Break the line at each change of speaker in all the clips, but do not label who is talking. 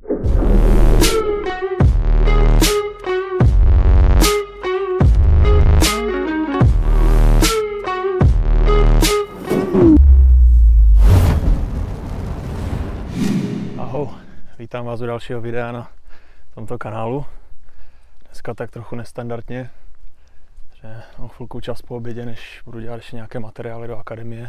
Ahoj, vítám vás u dalšího videa na tomto kanálu. Dneska tak trochu nestandardně, že mám chvilku čas po obědě, než budu dělat ještě nějaké materiály do akademie.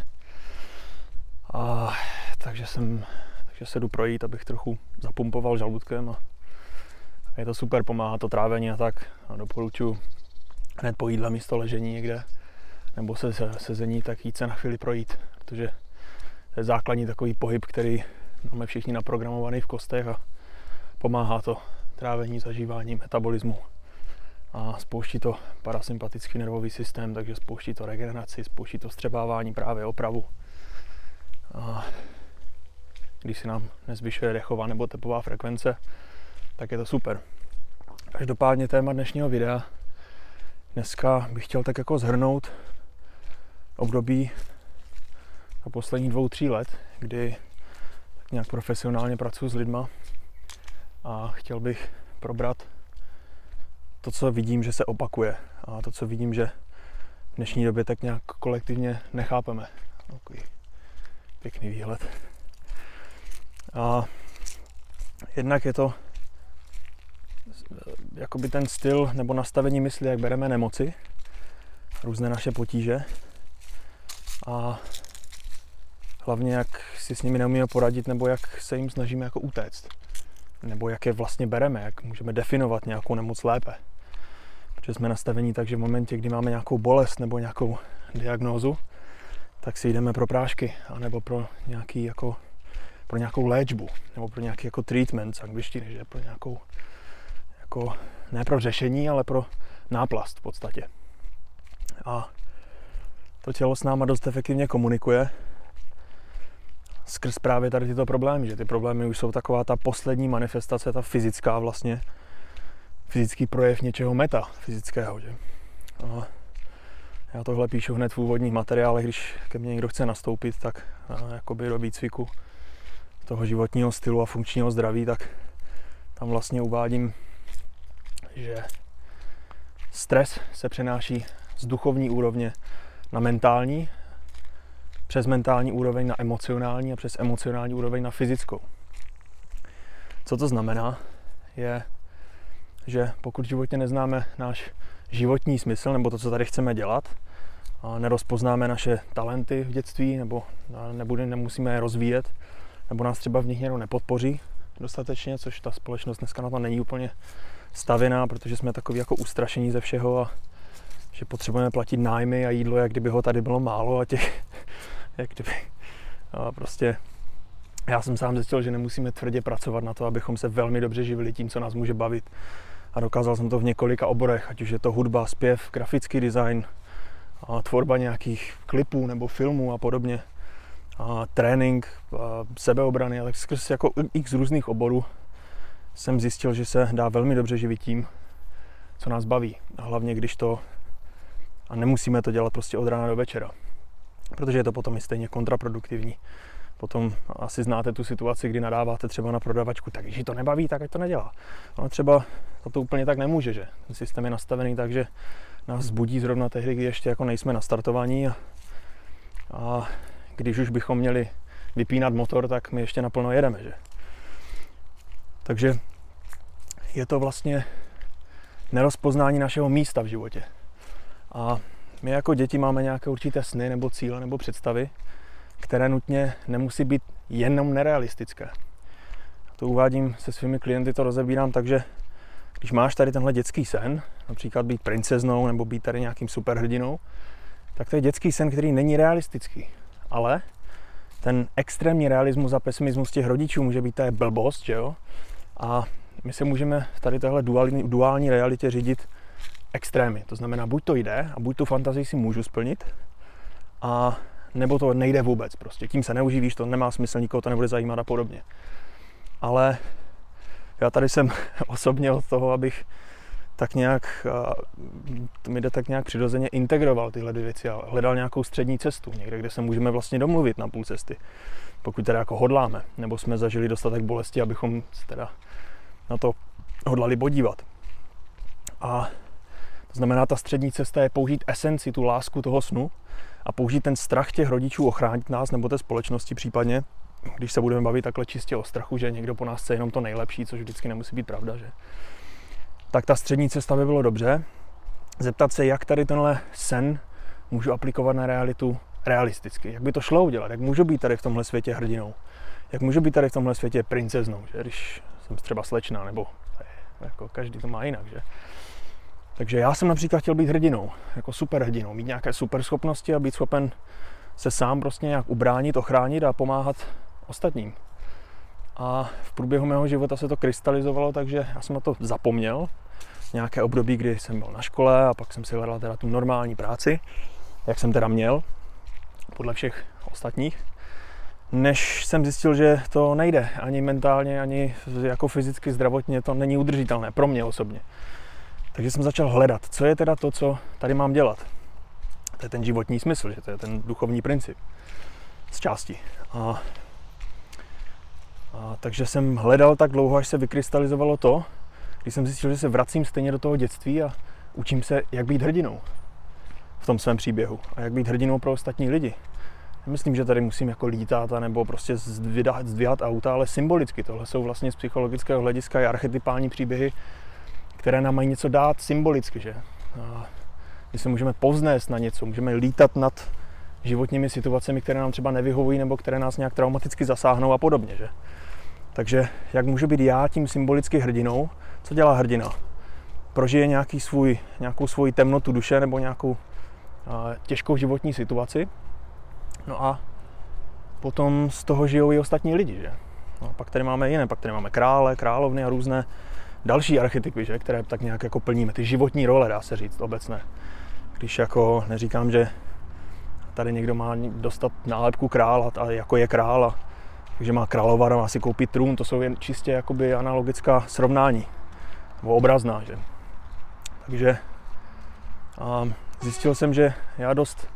Takže se jdu projít, abych trochu zapumpoval žaludkem a je to super, pomáhá to trávení a tak. A doporučuji hned po jídle místo ležení někde nebo sezení, tak jít se na chvíli projít, protože to je základní takový pohyb, který máme všichni naprogramovaný v kostech a pomáhá to trávení, zažívání, metabolismu a spouští to parasympatický nervový systém, takže spouští to regeneraci, spouští to vstřebávání, právě opravu. A když si nám nezvyšuje dechová nebo tepová frekvence, tak je to super. Každopádně téma dnešního videa. Dneska bych chtěl tak jako shrnout období za posledních 2-3 let, kdy tak nějak profesionálně pracuji s lidma a chtěl bych probrat to, co vidím, že se opakuje a to, co vidím, že v dnešní době tak nějak kolektivně nechápeme. Takový pěkný výhled. A jednak je to jakoby ten styl nebo nastavení mysli, jak bereme nemoci, různé naše potíže a hlavně jak si s nimi neumíme poradit nebo jak se jim snažíme jako utéct. Nebo jak je vlastně bereme, jak můžeme definovat nějakou nemoc lépe. Protože jsme nastavení tak, že v momentě, kdy máme nějakou bolest nebo nějakou diagnózu, tak si jdeme pro prášky, anebo pro nějakou léčbu, nebo pro nějaký jako treatment z angličtiny, že pro nějakou, jako, ne pro řešení, ale pro náplast v podstatě. A to tělo s náma dost efektivně komunikuje skrz právě tady tyto problémy, že ty problémy už jsou taková ta poslední manifestace, ta fyzická vlastně, fyzický projev něčeho metafyzického, že? A já tohle píšu hned v úvodních materiálech, když ke mně někdo chce nastoupit, tak jakoby do výcviku toho životního stylu a funkčního zdraví, tak tam vlastně uvádím, že stres se přenáší z duchovní úrovně na mentální, přes mentální úroveň na emocionální a přes emocionální úroveň na fyzickou. Co to znamená, je, že pokud v životě neznáme náš životní smysl nebo to, co tady chceme dělat, a nerozpoznáme naše talenty v dětství nebo nemusíme je rozvíjet, nebo nás třeba v nich někdo nepodpoří dostatečně, což ta společnost dneska na to není úplně stavěná, protože jsme takový jako ustrašení ze všeho a že potřebujeme platit nájmy a jídlo, jak kdyby ho tady bylo málo a prostě já jsem sám zjistil, že nemusíme tvrdě pracovat na to, abychom se velmi dobře živili tím, co nás může bavit. A dokázal jsem to v několika oborech, ať už je to hudba, zpěv, grafický design, a tvorba nějakých klipů nebo filmů a podobně. A trénink, a sebeobrany, a tak skrz jako x různých oborů jsem zjistil, že se dá velmi dobře živit tím, co nás baví. A hlavně a nemusíme to dělat prostě od rána do večera. Protože je to potom i stejně kontraproduktivní. Potom asi znáte tu situaci, kdy nadáváte třeba na prodavačku, tak když ji to nebaví, tak ať to nedělá. Ono třeba to úplně tak nemůže, že? Ten systém je nastavený tak, že nás zbudí zrovna tehdy, kdy ještě jako nejsme nastartovaní a když už bychom měli vypínat motor, tak my ještě naplno jedeme, že? Takže je to vlastně nerozpoznání našeho místa v životě. A my jako děti máme nějaké určité sny nebo cíle nebo představy, které nutně nemusí být jenom nerealistické. To uvádím se svými klienty, to rozebírám tak, že když máš tady tenhle dětský sen, například být princeznou nebo být tady nějakým superhrdinou, tak to je dětský sen, který není realistický. Ale ten extrémní realismus a pesimismus těch rodičů může být, to je blbost, že jo? A my se můžeme v tady téhle duální realitě řídit extrémy. To znamená, buď to jde a buď tu fantazii si můžu splnit, a nebo to nejde vůbec prostě. Tím se neuživíš, to nemá smysl, nikoho to nebude zajímat a podobně. Ale já tady jsem osobně od toho, abych tak nějak, to mi jde tak nějak přirozeně integroval tyhle dvě věci a hledal nějakou střední cestu, někde, kde se můžeme vlastně domluvit na půl cesty. Pokud teda jako hodláme, nebo jsme zažili dostatek bolesti, abychom se teda na to hodlali podívat. A to znamená, ta střední cesta je použít esenci, tu lásku toho snu a použít ten strach těch rodičů ochránit nás nebo té společnosti případně, když se budeme bavit takhle čistě o strachu, že někdo po nás chce jenom to nejlepší, což vždycky nemusí být pravda, že? Tak ta střední cesta by bylo dobře. Zeptat se, jak tady tenhle sen můžu aplikovat na realitu realisticky. Jak by to šlo udělat? Jak můžu být tady v tomhle světě hrdinou? Jak můžu být tady v tomhle světě princeznou? Že? Když jsem třeba slečná, nebo jako každý to má jinak, že? Takže já jsem například chtěl být hrdinou, jako superhrdinou, mít nějaké super schopnosti a být schopen se sám prostě nějak ubránit, ochránit a pomáhat ostatním. A v průběhu mého života se to krystalizovalo, takže já jsem na to zapomněl. Nějaké období, kdy jsem byl na škole a pak jsem si hledal teda tu normální práci, jak jsem teda měl, podle všech ostatních, než jsem zjistil, že to nejde ani mentálně, ani jako fyzicky, zdravotně, to není udržitelné pro mě osobně. Takže jsem začal hledat, co je teda to, co tady mám dělat. To je ten životní smysl, že to je ten duchovní princip z části. Takže jsem hledal tak dlouho, až se vykrystalizovalo to, když jsem zjistil, že se vracím stejně do toho dětství a učím se, jak být hrdinou v tom svém příběhu a jak být hrdinou pro ostatní lidi. Nemyslím, že tady musím jako lítat nebo prostě zdvihat auta, ale symbolicky. Tohle jsou vlastně z psychologického hlediska i archetypální příběhy, které nám mají něco dát symbolicky, že? My se můžeme povznést na něco, můžeme lítat nad životními situacemi, které nám třeba nevyhovují nebo které nás nějak traumaticky zasáhnou a podobně, že? Takže jak můžu být já tím symbolicky hrdinou? Co dělá hrdina? Prožije nějakou svoji temnotu duše nebo nějakou těžkou životní situaci. No a potom z toho žijou i ostatní lidi, že? No, pak tady máme jiné, pak tady máme krále, královny a různé další archetypy, že? Které tak nějak jako plníme. Ty životní role, dá se říct, obecné. Když jako neříkám, že tady někdo má dostat nálepku krála a jako je král, takže má královat a má si koupit trůn, to jsou jen čistě jakoby analogická srovnání, nebo obrazná, že? Takže zjistil jsem, že já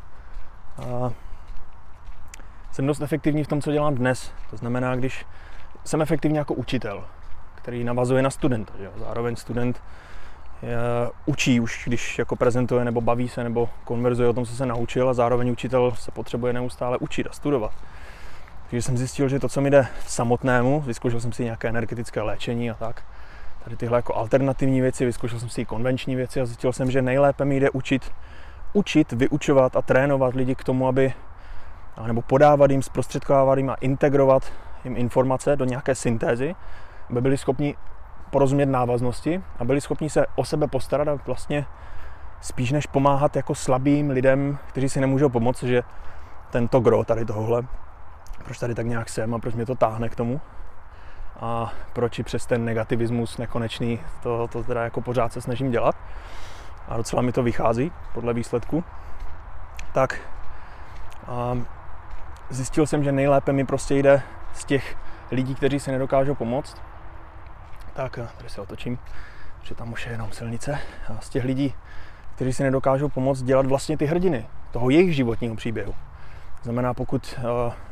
jsem dost efektivní v tom, co dělám dnes. To znamená, když jsem efektivní jako učitel, který navazuje na studenta, že? Zároveň student učí už, když jako prezentuje nebo baví se nebo konverzuje o tom, co se naučil, a zároveň učitel se potřebuje neustále učit a studovat. Takže jsem zjistil, že to, co mi jde samotnému, vyzkoušel jsem si nějaké energetické léčení a tak, tady tyhle jako alternativní věci, vyzkoušel jsem si i konvenční věci a zjistil jsem, že nejlépe mi jde učit, vyučovat a trénovat lidi k tomu, nebo podávat jim, zprostředkovávat jim a integrovat jim informace do nějaké syntézy, aby byli schopni porozumět návaznosti a byli schopni se o sebe postarat a vlastně spíš než pomáhat jako slabým lidem, kteří si nemůžou pomoct, že tento gro tady tohohle, proč tady tak nějak jsem a proč mě to táhne k tomu a proč i přes ten negativismus nekonečný to teda jako pořád se snažím dělat a docela mi to vychází podle výsledku, tak zjistil jsem, že nejlépe mi prostě jde z těch lidí, kteří si nedokážou pomoct. Tak, tady se otočím, protože tam už je jenom silnice. A z těch lidí, kteří si nedokážou pomoct, dělat vlastně ty hrdiny toho jejich životního příběhu. Znamená, pokud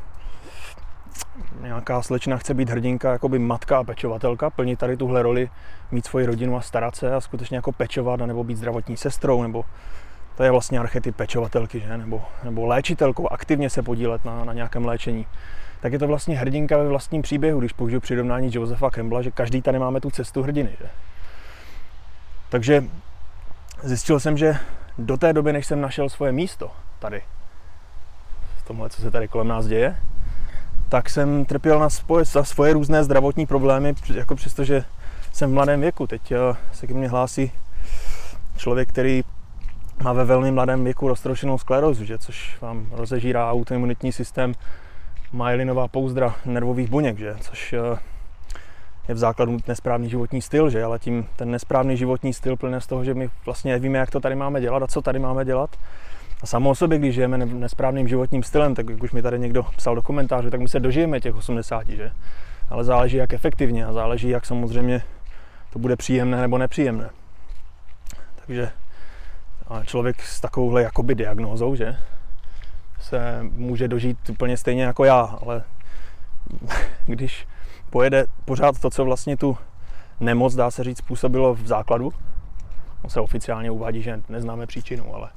nějaká slečna chce být hrdinka, jakoby matka a pečovatelka, plnit tady tuhle roli, mít svoji rodinu a starat se a skutečně jako pečovat, nebo být zdravotní sestrou, nebo to je vlastně archetyp pečovatelky, že? Nebo léčitelkou, aktivně se podílet na nějakém léčení. Tak je to vlastně hrdinka ve vlastním příběhu, když použiju přirovnání Josepha Campbella, že každý tady máme tu cestu hrdiny. Že? Takže zjistil jsem, že do té doby, než jsem našel svoje místo tady, v tomhle, co se tady kolem nás děje, tak jsem trpěl na svoje různé zdravotní problémy, jako přestože jsem v mladém věku. Teď se ke mně hlásí člověk, který má ve velmi mladém věku roztroušenou sklerózu, že? Což vám rozežírá autoimunitní systém, myelinová pouzdra nervových buněk, že? Což je v základu nesprávný životní styl, že? Ale tím ten nesprávný životní styl plyne z toho, že my vlastně nevíme, jak to tady máme dělat a co tady máme dělat. A samo o sobě, když žijeme nesprávným životním stylem, tak jak už mi tady někdo psal do komentářů, tak my se dožijeme těch 80, že? Ale záleží, jak efektivně a záleží, jak samozřejmě to bude příjemné nebo nepříjemné. Takže člověk s takovouhle jakoby diagnózou, že? Se může dožít úplně stejně jako já, ale když pojede pořád to, co vlastně tu nemoc, dá se říct, způsobilo v základu. On se oficiálně uvádí, že neznáme příčinu, ale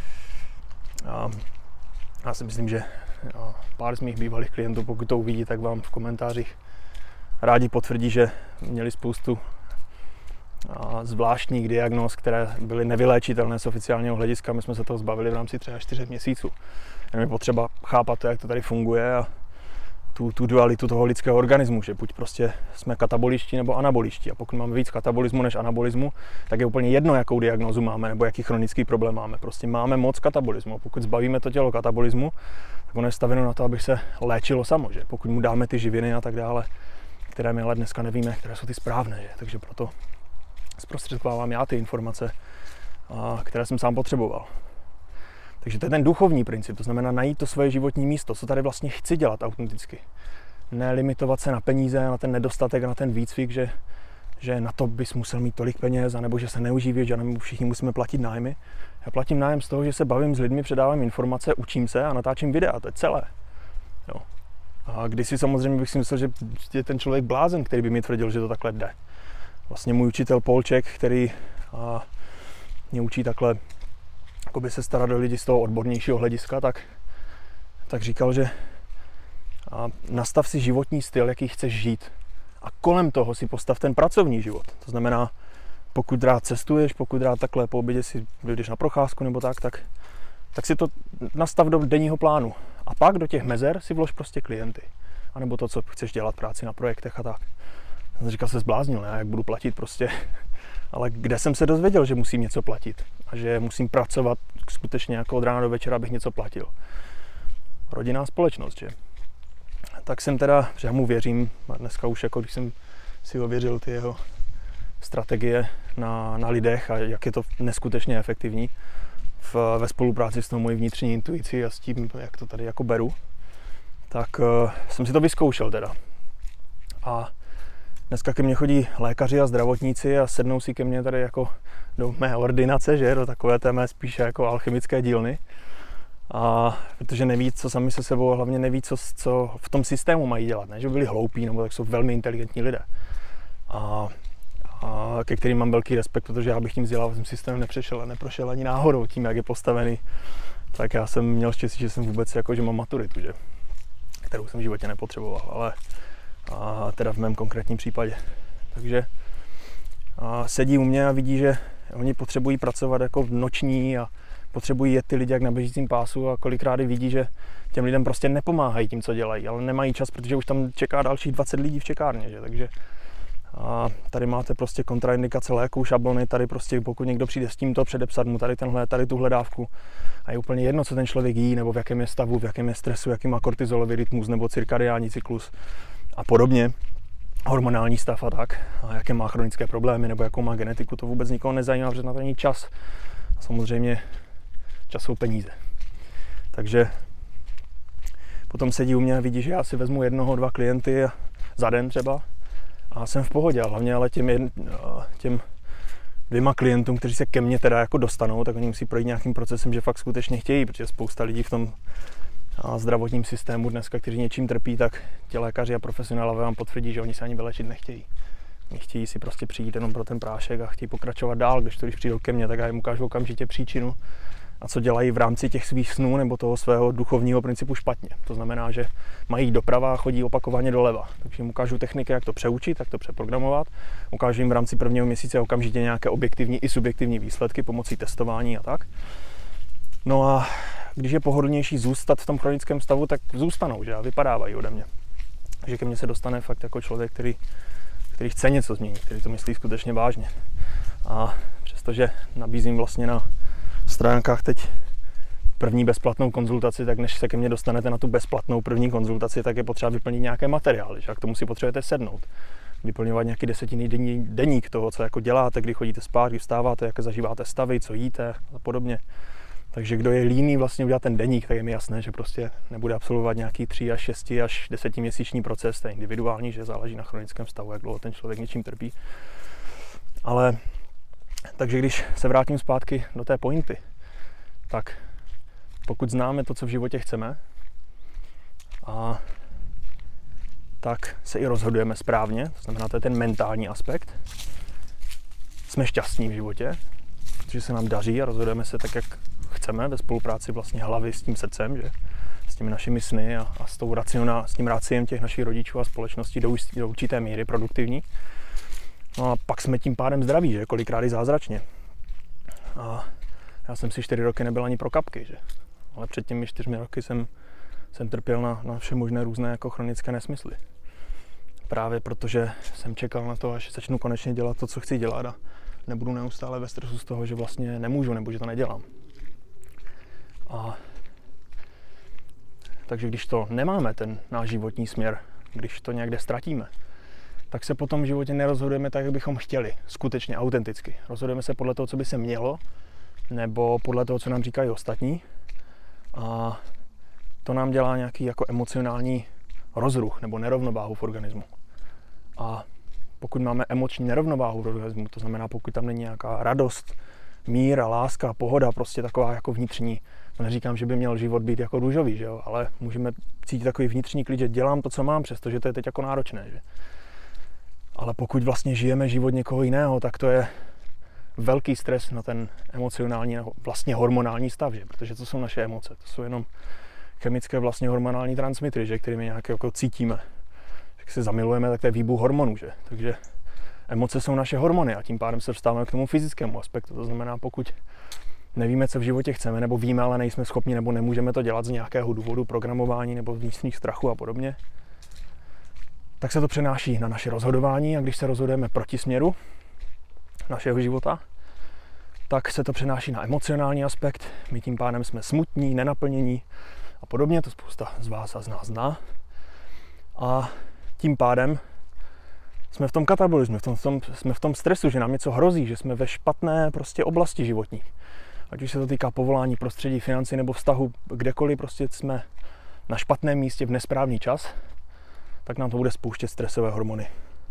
já si myslím, že pár z mých bývalých klientů, pokud to uvidí, tak vám v komentářích rádi potvrdí, že měli spoustu zvláštních diagnóz, které byly nevyléčitelné z oficiálního hlediska. My jsme se toho zbavili v rámci 3 až 4 měsíců. Je potřeba chápat to, jak to tady funguje a tu dualitu toho lidského organismu, že buď prostě jsme kataboličtí nebo anaboličtí. A pokud máme víc katabolismu než anabolismu, tak je úplně jedno, jakou diagnózu máme nebo jaký chronický problém máme. Prostě máme moc katabolismu. Pokud zbavíme to tělo katabolismu, tak ono je staveno na to, aby se léčilo samo, že? Pokud mu dáme ty živiny a tak dále, které my ale dneska nevíme, které jsou ty správné, že? Takže proto zprostředkovávám já ty informace, které jsem sám potřeboval. Takže to je ten duchovní princip, to znamená najít to svoje životní místo, co tady vlastně chci dělat autenticky. Nelimitovat se na peníze, na ten nedostatek, na ten výcvik, že na to bys musel mít tolik peněz, anebo že se neuživíš, že všichni musíme platit nájmy. Já platím nájem z toho, že se bavím s lidmi, předávám informace, učím se a natáčím videa, to je celé. Jo. A kdysi samozřejmě bych si myslel, že je ten člověk blázen, který by mi tvrdil, že to takhle jde. Vlastně můj učitel Polček, který mě učí takhle jakoby se starat o lidi z toho odbornějšího hlediska, tak říkal, že nastav si životní styl, jaký chceš žít. A kolem toho si postav ten pracovní život. To znamená, pokud rád cestuješ, pokud rád takhle po obědě si jdeš na procházku nebo tak si to nastav do denního plánu. A pak do těch mezer si vlož prostě klienty. A nebo to, co chceš dělat, práci na projektech a tak. Já jsem říkal, se zbláznil, ne? Jak budu platit prostě. Ale kde jsem se dozvěděl, že musím něco platit a že musím pracovat skutečně jako od rána do večera, abych něco platil. Rodinná společnost, že? Tak jsem teda, že já mu věřím, a dneska už jako když jsem si ověřil ty jeho strategie na lidech a jak je to neskutečně efektivní ve spolupráci s tou mojí vnitřní intuicí a s tím, jak to tady jako beru, tak jsem si to vyzkoušel teda. A dneska ke mně chodí lékaři a zdravotníci a sednou si ke mně tady jako do mé ordinace, že? Do takové té mé spíše jako alchemické dílny. A protože neví, co sami se sebou a hlavně neví, co v tom systému mají dělat. Ne, že by byli hloupí, nebo tak jsou velmi inteligentní lidé. A ke kterým mám velký respekt, protože já bych tím vzdělávacím systémem nepřešel a neprošel ani náhodou tím, jak je postavený. Tak já jsem měl štěstí, že jsem vůbec jako, že mám maturitu, že? Kterou jsem v životě nepotřeboval, ale teda v mém konkrétním případě. Takže sedí u mě a vidí, že oni potřebují pracovat jako noční a potřebují jet ty lidi jak na běžícím pásu a kolikrát vidí, že těm lidem prostě nepomáhají tím, co dělají, ale nemají čas, protože už tam čeká dalších 20 lidí v čekárně, že? Takže tady máte prostě kontraindikace léků, šablony, tady prostě pokud někdo přijde s tímto, předepsat mu tady tuhle dávku a je úplně jedno, co ten člověk jí, nebo v jakém je stavu, v jakém je stresu, jaký má kortizolový rytmus nebo cirkadiální cyklus a podobně, hormonální stav a tak, a jaké má chronické problémy nebo jakou má genetiku, to vůbec nikoho nezajímá, protože na to není čas. A samozřejmě čas jsou peníze. Takže potom sedí u mě a vidí, že já si vezmu 1-2 klienty za den třeba a jsem v pohodě. A hlavně ale těm 2 klientům, kteří se ke mně teda jako dostanou, tak oni musí projít nějakým procesem, že fakt skutečně chtějí, protože spousta lidí v tom zdravotním systému dneska, kteří něčím trpí, tak ti lékaři a profesionálové vám potvrdí, že oni se ani vylečit nechtějí. Oni chtějí si prostě přijít jenom pro ten prášek a chtějí pokračovat dál. Když přijdou ke mně, tak já jim ukážu okamžitě příčinu a co dělají v rámci těch svých snů nebo toho svého duchovního principu špatně. To znamená, že mají doprava a chodí opakovaně doleva. Takže jim ukážu techniky, jak to přeučit, jak to přeprogramovat. Ukážu jim v rámci prvního měsíce okamžitě nějaké objektivní i subjektivní výsledky pomocí testování a tak. No a když je pohodlnější zůstat v tom chronickém stavu, tak zůstanou, že? A vypadávají ode mě. Takže ke mně se dostane fakt jako člověk, který chce něco změnit, který to myslí skutečně vážně. A přestože nabízím vlastně na stránkách teď první bezplatnou konzultaci, tak než se ke mně dostanete na tu bezplatnou první konzultaci, tak je potřeba vyplnit nějaké materiály, že? A k tomu si potřebujete sednout. Vyplňovat nějaký 10denní deník toho, co jako děláte, kdy chodíte spát, kdy vstáváte, jaké zažíváte stavy, co jíte a podobně. Takže kdo je líný vlastně udělat ten deník, tak je mi jasné, že prostě nebude absolvovat nějaký 3 až 6 až 10 měsíční proces, to je individuální, že záleží na chronickém stavu, jak dlouho ten člověk něčím trpí. Ale takže když se vrátím zpátky do té pointy, tak pokud známe to, co v životě chceme a tak se i rozhodujeme správně, to znamená, to je ten mentální aspekt. Jsme šťastní v životě, protože se nám daří a rozhodujeme se tak, jak chceme, ve spolupráci vlastně hlavy s tím srdcem, že s těmi našimi sny a s tím raciem těch našich rodičů a společnosti do určité míry produktivní. No a pak jsme tím pádem zdraví, že kolikrát i zázračně. A já jsem si 4 roky nebyl ani pro kapky, že? Ale před těmi 4 roky jsem trpěl na vše možné různé jako chronické nesmysly. Právě protože jsem čekal na to, až začnu konečně dělat to, co chci dělat a nebudu neustále ve stresu z toho, že vlastně nemůžu nebo že to nedělám. Takže když to nemáme, ten náš životní směr, když to někde ztratíme, tak se potom v životě nerozhodujeme tak, jak bychom chtěli, skutečně autenticky. Rozhodujeme se podle toho, co by se mělo, nebo podle toho, co nám říkají ostatní. A to nám dělá nějaký jako emocionální rozruch nebo nerovnováhu v organismu. A pokud máme emoční nerovnováhu v organismu, to znamená, pokud tam není nějaká radost, mír a láska, pohoda, prostě taková jako vnitřní. To neříkám, že by měl život být jako růžový, že jo? Ale můžeme cítit takový vnitřní klid, že dělám to, co mám, přestože to je teď jako náročné. Že? Ale pokud vlastně žijeme život někoho jiného, tak to je velký stres na ten emocionální, vlastně hormonální stav, že? Protože to jsou naše emoce, to jsou jenom chemické vlastně hormonální transmitery, že? Kterými nějak jako cítíme. Když se zamilujeme, tak to je výbuch hormonů, že? Takže emoce jsou naše hormony a tím pádem se dostáváme k tomu fyzickému aspektu. To znamená, pokud nevíme, co v životě chceme, nebo víme, ale nejsme schopni, nebo nemůžeme to dělat z nějakého důvodu, programování nebo vnitřních strachů a podobně, tak se to přenáší na naše rozhodování a když se rozhodujeme proti směru našeho života, tak se to přenáší na emocionální aspekt. My tím pádem jsme smutní, nenaplnění a podobně, to spousta z vás a z nás zná. A tím pádem jsme v tom katabolismu, jsme v tom stresu, že nám něco hrozí, že jsme ve špatné prostě oblasti životní. Ať už se to týká povolání, prostředí, financí nebo vztahu, kdekoliv prostě jsme na špatném místě v nesprávný čas, tak nám to bude spouštět stresové hormony.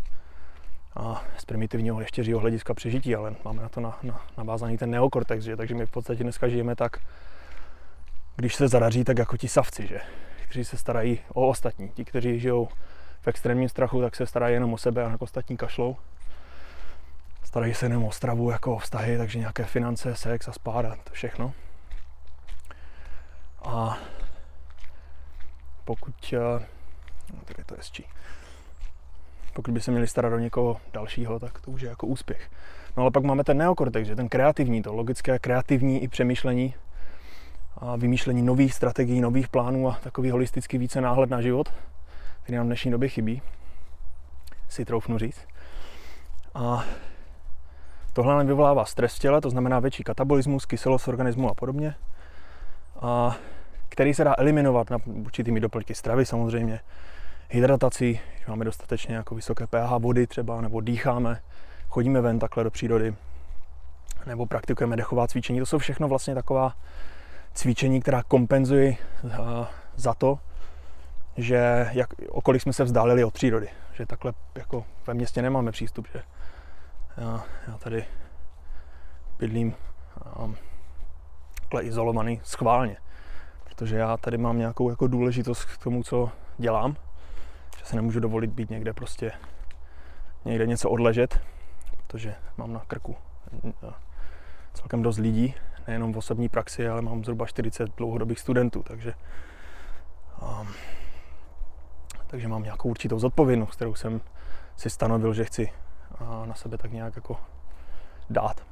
A z primitivního ještěřího hlediska přežití, ale máme na to navázaný ten neokortex, že? Takže my v podstatě dneska žijeme tak, když se zadaří, tak jako ti savci, že? Kteří se starají o ostatní. Ti, kteří žijou v extrémním strachu, tak se starají jenom o sebe a na ostatní kašlou. Starají se jenom o stravu, jako o vztahy, takže nějaké finance, sex a spát a to všechno. A pokud tady to je pokud by se měli starat o někoho dalšího, tak to už je jako úspěch. No ale pak máme ten neokortex, že ten kreativní, to logické kreativní i přemýšlení a vymýšlení nových strategií, nových plánů a takový holistický více náhled na život, který nám v dnešní době chybí, si troufnu říct. A tohle nám vyvolává stres v těle, to znamená větší katabolismus, kyselost organismu a podobně, a který se dá eliminovat na určitými doplňky stravy samozřejmě, hydratací, že máme dostatečně jako vysoké pH vody třeba, nebo dýcháme, chodíme ven takhle do přírody, nebo praktikujeme dechová cvičení. To jsou všechno vlastně taková cvičení, která kompenzují za to, že okolik jsme se vzdálili od přírody. Že takhle jako ve městě nemáme přístup, že já tady bydlím takhle izolovaný schválně, protože já tady mám nějakou jako důležitost k tomu, co dělám, že se nemůžu dovolit být někde prostě někde něco odležet, protože mám na krku celkem dost lidí, nejenom v osobní praxi, ale mám zhruba 40 dlouhodobých studentů, takže mám nějakou určitou zodpovědnost, kterou jsem si stanovil, že chci na sebe tak nějak jako dát.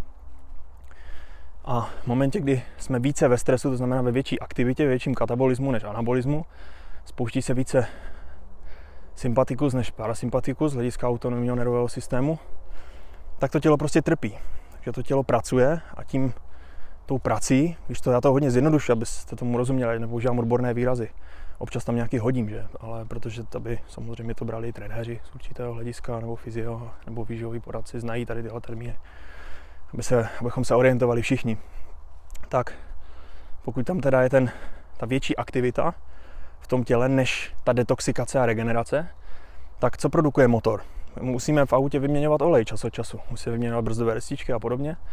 A v momentě, kdy jsme více ve stresu, to znamená ve větší aktivitě, větším katabolismu než anabolismu, spouští se více sympatikus než parasympatikus z hlediska autonomního nervového systému, tak to tělo prostě trpí. Takže to tělo pracuje a tím tou prací, když to já to hodně zjednodušuji, abyste tomu rozuměli, nepoužívám odborné výrazy. Občas tam nějaký hodím, že? Ale protože by samozřejmě to brali i trenéři z určitého hlediska, nebo fyzio, nebo výživoví poradci, znají tady tyhle termíny, abychom se orientovali všichni. Tak pokud tam teda je ta větší aktivita v tom těle, než ta detoxikace a regenerace, tak co produkuje motor? Musíme v autě vyměňovat olej čas od času, musíme vyměňovat brzdové destičky a podobně.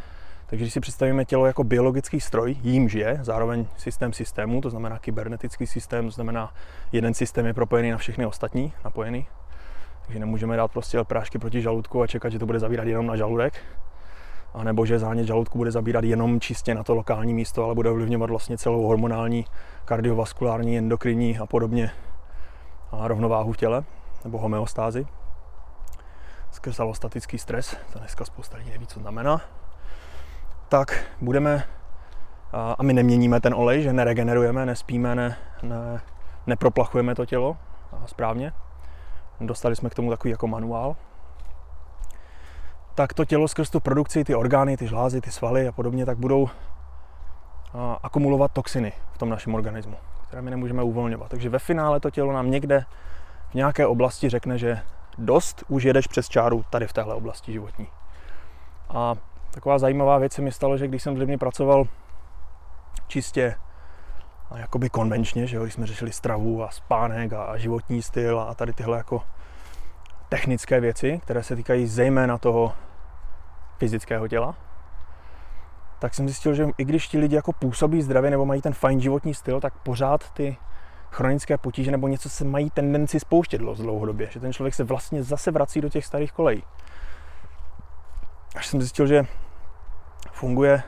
Takže když si představíme tělo jako biologický stroj, jímž je zároveň systém systémů, to znamená kybernetický systém, to znamená jeden systém je propojený na všechny ostatní, napojený. Takže nemůžeme dát prostě prášky proti žaludku a čekat, že to bude zabírat jenom na žaludek. A nebo že zánět žaludku bude zabírat jenom čistě na to lokální místo, ale bude ovlivňovat vlastně celou hormonální, kardiovaskulární, endokrinní a podobně a rovnováhu v těle, nebo homeostázi. Skrz alostatický stres, to dneska spousta lidí neví, co znamená. Tak budeme, a my neměníme ten olej, že neregenerujeme, nespíme, neproplachujeme to tělo správně. Dostali jsme k tomu takový jako manuál. Tak to tělo skrz tu produkci, ty orgány, ty žlázy, ty svaly a podobně, tak budou akumulovat toxiny v tom našem organismu, které my nemůžeme uvolňovat. Takže ve finále to tělo nám někde v nějaké oblasti řekne, že dost, už jedeš přes čáru tady v téhle oblasti životní. A taková zajímavá věc se mi stalo, že když jsem v Livni pracoval čistě a jakoby konvenčně, že jo, když jsme řešili stravu a spánek a životní styl a tady tyhle jako technické věci, které se týkají zejména toho fyzického těla, tak jsem zjistil, že i když ti lidi jako působí zdravě nebo mají ten fajn životní styl, tak pořád ty chronické potíže nebo něco se mají tendenci spouštět dlouhodobě, že ten člověk se vlastně zase vrací do těch starých kolejí. Až jsem zjistil, že funguje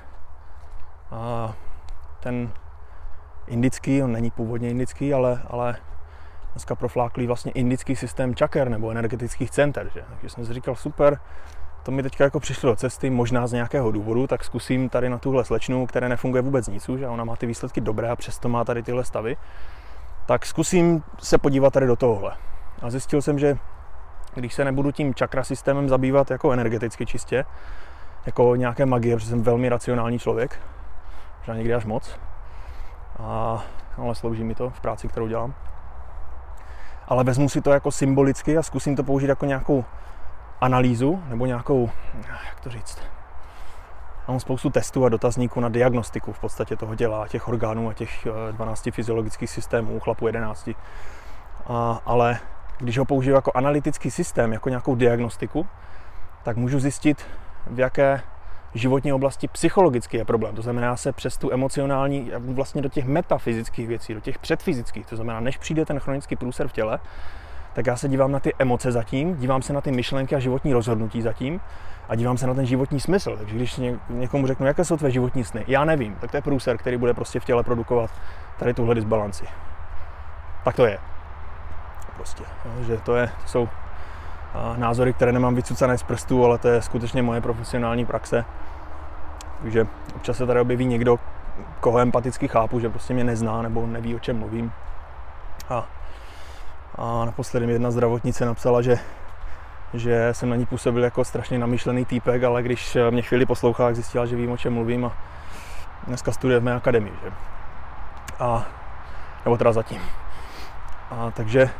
ten indický, on není původně indický, ale dneska profláklý vlastně indický systém čaker nebo energetických center, že? Takže jsem si říkal, super, to mi teďka jako přišlo do cesty, možná z nějakého důvodu, tak zkusím tady na tuhle slečnu, které nefunguje vůbec nic už a ona má ty výsledky dobré a přesto má tady tyhle stavy, tak zkusím se podívat tady do tohohle. A zjistil jsem, že když se nebudu tím čakra systémem zabývat jako energeticky čistě, jako nějaké magie, protože jsem velmi racionální člověk, možná někdy až moc, ale slouží mi to v práci, kterou dělám. Ale vezmu si to jako symbolicky a zkusím to použít jako nějakou analýzu, nebo nějakou, jak to říct, mám spoustu testů a dotazníků na diagnostiku v podstatě toho těla, těch orgánů a těch 12 fyziologických systémů, u chlapů 11. Ale když ho použiju jako analytický systém, jako nějakou diagnostiku, tak můžu zjistit, v jaké životní oblasti psychologicky je problém. To znamená se přes tu emocionální, vlastně do těch metafyzických věcí, do těch předfyzických. To znamená, než přijde ten chronický průser v těle, tak já se dívám na ty emoce zatím, dívám se na ty myšlenky a životní rozhodnutí zatím a dívám se na ten životní smysl. Takže když někomu řeknu, jaké jsou tvé životní sny, já nevím, tak to je průser, který bude prostě v těle produkovat tady tuhle disbalanci. Tak to je. Prostě, že to jsou názory, které nemám vycucané z prstů, ale to je skutečně moje profesionální praxe. Takže občas se tady objeví někdo, koho empaticky chápu, že prostě mě nezná nebo neví, o čem mluvím. A naposledy mi jedna zdravotnice napsala, že jsem na ní působil jako strašně namyšlený týpek, ale když mě chvíli poslouchá, tak zjistila, že vím, o čem mluvím a dneska studuje v mé akademii. Že? Nebo teda zatím. Takže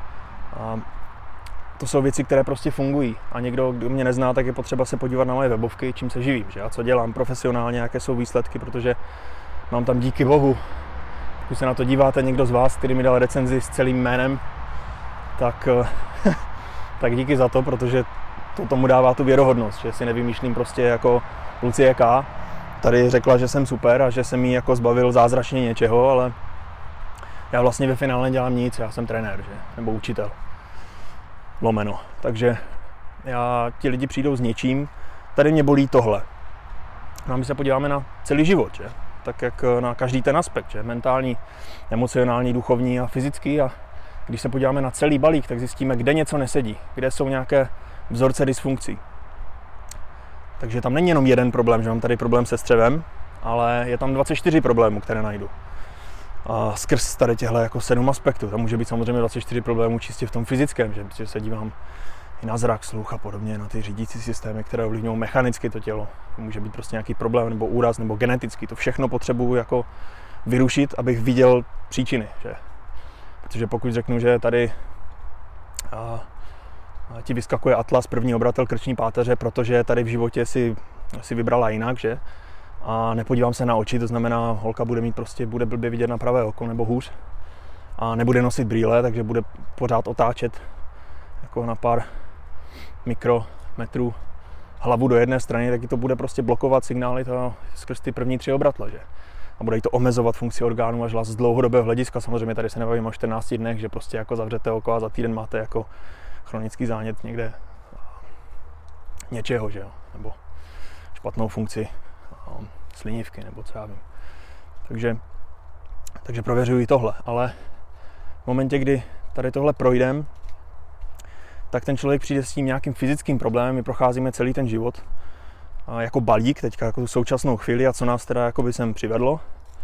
to jsou věci, které prostě fungují. A někdo, kdo mě nezná, tak je potřeba se podívat na moje webovky, čím se živím, že? A co dělám profesionálně, jaké jsou výsledky, protože mám tam díky bohu. Když se na to díváte někdo z vás, který mi dal recenzi s celým jménem, tak díky za to, protože to tomu dává tu věrohodnost, že si nevymýšlím prostě jako Lucie K. Tady řekla, že jsem super a že jsem jí jako zbavil zázračně něčeho, ale já vlastně ve finále nedělám nic, já jsem trenér, že? Nebo učitel. Lomeno. Takže ti lidi přijdou s něčím, tady mě bolí tohle. No a my se podíváme na celý život, že? Tak jak na každý ten aspekt, že? Mentální, emocionální, duchovní a fyzický. A když se podíváme na celý balík, tak zjistíme, kde něco nesedí, kde jsou nějaké vzorce dysfunkcí. Takže tam není jenom jeden problém, že mám tady problém se střevem, ale je tam 24 problémů, které najdu. A skrz tady těhle jako 7 aspektů. Tam může být samozřejmě 24 problémů čistě v tom fyzickém, že se dívám i na zrak, sluch a podobně, na ty řídící systémy, které ovlivňují mechanicky to tělo. Může být prostě nějaký problém nebo úraz nebo genetický. To všechno potřebuju jako vyrušit, abych viděl příčiny. Že? Protože pokud řeknu, že tady ti vyskakuje atlas, první obratel krční páteře, protože tady v životě si vybrala jinak, že? A nepodívám se na oči, to znamená, holka bude blbě vidět na pravé oko nebo hůř a nebude nosit brýle, takže bude pořád otáčet jako na pár mikrometrů hlavu do jedné strany, tak to bude prostě blokovat signály to skrz ty první 3 obratle, že? A bude jí to omezovat funkci orgánů až z dlouhodobého hlediska. Samozřejmě tady se nebavíme o 14 dnech, že prostě jako zavřete oko a za týden máte jako chronický zánět někde něčeho, že jo? Nebo špatnou funkci slinivky, nebo co já vím. Takže prověřuji tohle, ale v momentě, kdy tady tohle projdem, tak ten člověk přijde s tím nějakým fyzickým problémem, my procházíme celý ten život jako balík, teďka jako tu současnou chvíli a co nás teda jakoby sem přivedlo.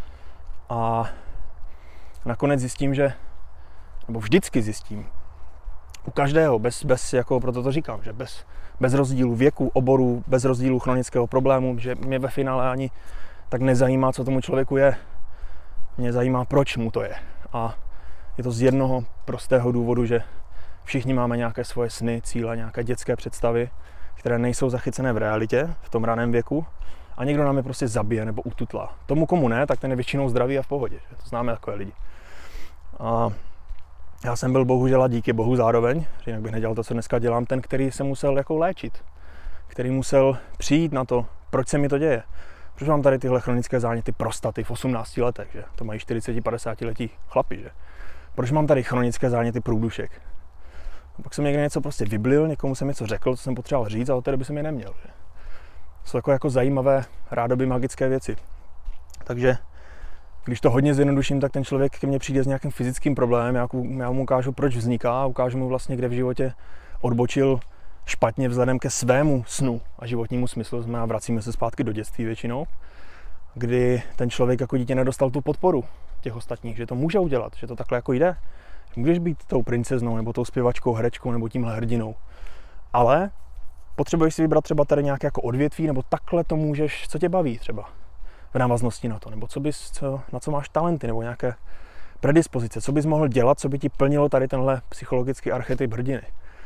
A nakonec zjistím, nebo vždycky zjistím, u každého, bez jako proto to říkám, že bez rozdílu věku, oboru, bez rozdílu chronického problému, že mě ve finále ani tak nezajímá, co tomu člověku je. Mě zajímá, proč mu to je. A je to z jednoho prostého důvodu, že všichni máme nějaké svoje sny, cíle, nějaké dětské představy, které nejsou zachycené v realitě, v tom raném věku, a někdo nám je prostě zabije nebo ututlá. Tomu, komu ne, tak ten je většinou zdravý a v pohodě. Že? To známe takové lidi. A já jsem byl bohužel a díky bohu zároveň, že jinak bych nedělal to, co dneska dělám, ten, který se musel jako léčit. Který musel přijít na to, proč se mi to děje. Proč mám tady tyhle chronické záněty prostaty v 18 letech, že? To mají 40-50 letí chlapi, že? Proč mám tady chronické záněty průdušek? Pak jsem někde něco prostě vyblil, někomu jsem něco řekl, co jsem potřeboval říct, a od té doby jsem je neměl. Že? Jsou takové jako zajímavé, rádoby magické věci. Takže když to hodně zjednoduším, tak ten člověk ke mně přijde s nějakým fyzickým problémem, já mu ukážu, proč vzniká, ukážu mu vlastně, kde v životě odbočil špatně vzhledem ke svému snu a životnímu smyslu. Znamená, vracíme se zpátky do dětství většinou, kdy ten člověk jako dítě nedostal tu podporu těch ostatních, že to může udělat, že to takhle jako jde. Můžeš být tou princeznou, nebo tou zpěvačkou, herečkou, nebo tímhle hrdinou. Ale potřebuješ si vybrat třeba tady nějaké jako odvětví, nebo takhle to můžeš, co tě baví třeba v návaznosti na to, nebo na co máš talenty, nebo nějaké predispozice, co bys mohl dělat, co by ti plnilo tady tenhle psychologický archetyp hrdiny.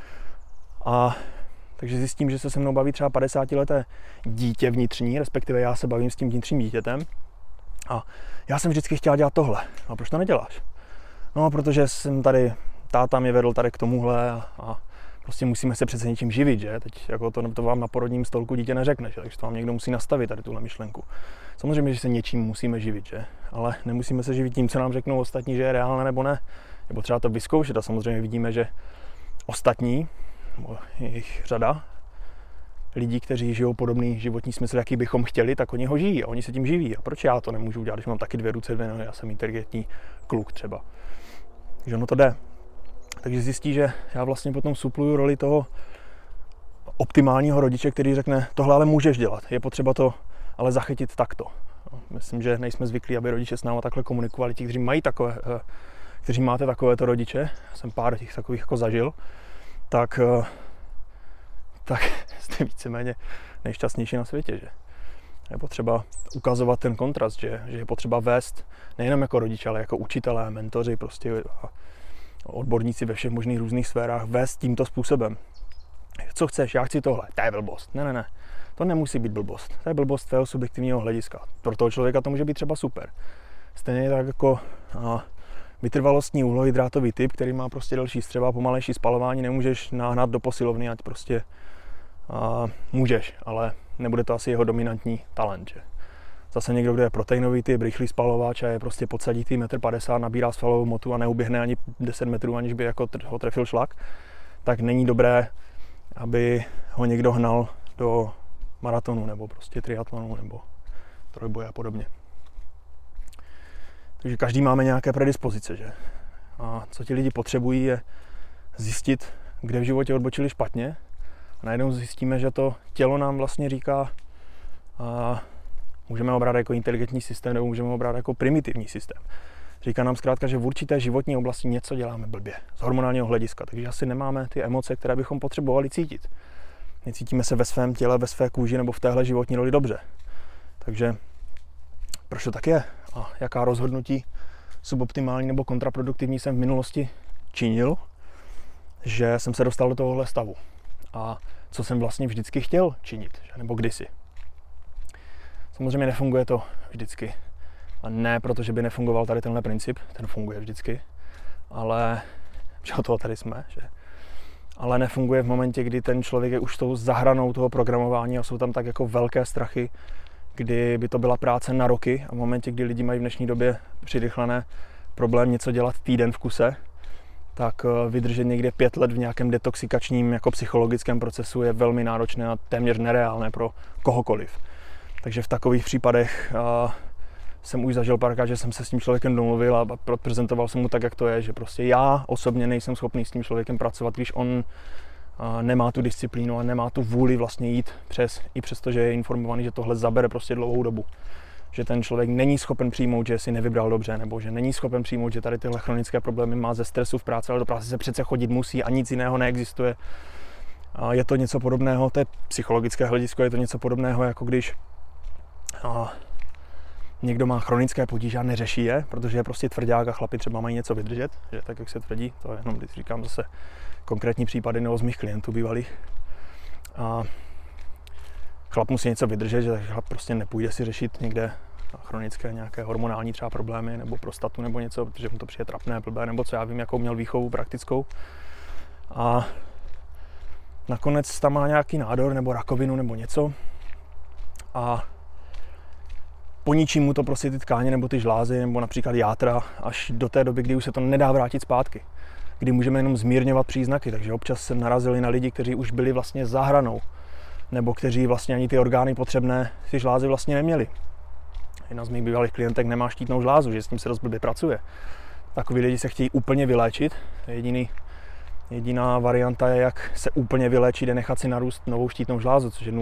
A takže zjistím, že se mnou baví třeba 50leté dítě vnitřní, respektive já se bavím s tím vnitřním dítětem. A já jsem vždycky chtěl dělat tohle. A proč to neděláš? No, protože jsem tady, táta mě vedl tady k tomuhle a prostě musíme se přece něčím živit, že? Teď jako to vám na porodním stolku dítě neřekne, že? Takže to vám někdo musí nastavit tady tuhle myšlenku. Samozřejmě, že se něčím musíme živit, že? Ale nemusíme se živit tím, co nám řeknou ostatní, že je reálné nebo ne. Je potřeba to vyzkoušet a samozřejmě vidíme, že ostatní, nebo jejich řada lidí, kteří žijou podobný životní smysl, jaký bychom chtěli, tak oni ho žijí a oni se tím živí. A proč já to nemůžu udělat, když mám taky 2 ruce, 2 nohy, já jsem inteligentní kluk třeba. Takže ono to jde. Takže zjistí, že já vlastně potom supluju roli toho optimálního rodiče, který řekne, tohle ale můžeš dělat, je potřeba to ale zachytit takto. Myslím, že nejsme zvyklí, aby rodiče s námi takhle komunikovali. Ti, kteří máte takovéto rodiče, jsem pár těch takových jako zažil, tak jste víceméně nejšťastnější na světě, že? Je potřeba ukazovat ten kontrast, že je potřeba vést nejenom jako rodiče, ale jako učitelé, mentoři, prostě odborníci ve všech možných různých sférách vést tímto způsobem. Co chceš, já chci tohle, to je blbost. Ne, to nemusí být blbost. To je blbost tvého subjektivního hlediska. Pro toho člověka to může být třeba super. Stejně tak jako vytrvalostní uhlohydrátový typ, který má prostě delší střeva a pomalejší spalování, nemůžeš nahnat do posilovny, ať prostě můžeš, ale nebude to asi jeho dominantní talent. Že? Zase někdo, kdo je proteinový typ, rychlý spalovač a je prostě podsaditý 1,50 m, nabírá svalovou hmotu a neuběhne ani 10 metrů, aniž by jako ho trefil šlak, tak není dobré, aby ho někdo hnal do maratonu nebo prostě triatlonu nebo trojboje a podobně. Takže každý máme nějaké predispozice, že? A co ti lidi potřebují, je zjistit, kde v životě odbočili špatně. A najednou zjistíme, že to tělo nám vlastně říká, můžeme ho brát jako inteligentní systém, nebo můžeme ho brát jako primitivní systém. Říká nám zkrátka, že v určité životní oblasti něco děláme blbě, z hormonálního hlediska, takže asi nemáme ty emoce, které bychom potřebovali cítit. Necítíme se ve svém těle, ve své kůži nebo v téhle životní roli dobře. Takže proč to tak je? A jaká rozhodnutí suboptimální nebo kontraproduktivní jsem v minulosti činil, že jsem se dostal do tohohle stavu? A co jsem vlastně vždycky chtěl činit, nebo kdysi? Samozřejmě nefunguje to vždycky. A ne protože by nefungoval tady tenhle princip, ten funguje vždycky, ale že od toho tady jsme, že? ale nefunguje v momentě, kdy ten člověk je už tou zahranou toho programování a jsou tam tak jako velké strachy, kdy by to byla práce na roky a v momentě, kdy lidi mají v dnešní době přirychlené problém něco dělat týden v kuse, tak vydržet někde 5 let v nějakém detoxikačním jako psychologickém procesu je velmi náročné a téměř nereálné pro kohokoliv. Takže v takových případech jsem už zažil párkrát, že jsem se s tím člověkem domluvil a prezentoval jsem mu tak, jak to je, že prostě já osobně nejsem schopný s tím člověkem pracovat, když on nemá tu disciplínu a nemá tu vůli vlastně jít i přesto, že je informovaný, že tohle zabere prostě dlouhou dobu. Že ten člověk není schopen přijmout, že si nevybral dobře, nebo že není schopen přijmout, že tady tyhle chronické problémy má ze stresu v práci, ale do práce se přece chodit musí a nic jiného neexistuje. A je to něco podobného, to je psychologické hledisko, je to něco podobného, jako když někdo má chronické potíže a neřeší je, protože je prostě tvrdák a chlapi třeba mají něco vydržet, že tak, jak se tvrdí, to je jenom, když říkám zase konkrétní případy nebo z mých klientů bývalých. A chlap musí něco vydržet, že chlap prostě nepůjde si řešit někde chronické nějaké hormonální třeba problémy nebo prostatu nebo něco, protože mu to přijde trapné, blbé, nebo co já vím, jakou měl výchovu praktickou. A nakonec tam má nějaký nádor nebo rakovinu nebo něco a poničí mu to prostě ty tkáně nebo ty žlázy nebo například játra až do té doby, kdy už se to nedá vrátit zpátky. Kdy můžeme jenom zmírňovat příznaky, takže občas jsem narazili na lidi, kteří už byli vlastně za hranou nebo kteří vlastně ani ty orgány potřebné, ty žlázy vlastně neměli. Jedna z mých bývalých klientek nemá štítnou žlázu, že s tím se dost blbě pracuje. Takoví lidi se chtějí úplně vyléčit. Jediná varianta je, jak se úplně vyléčit, je nechat si narůst novou štítnou žlázu, což je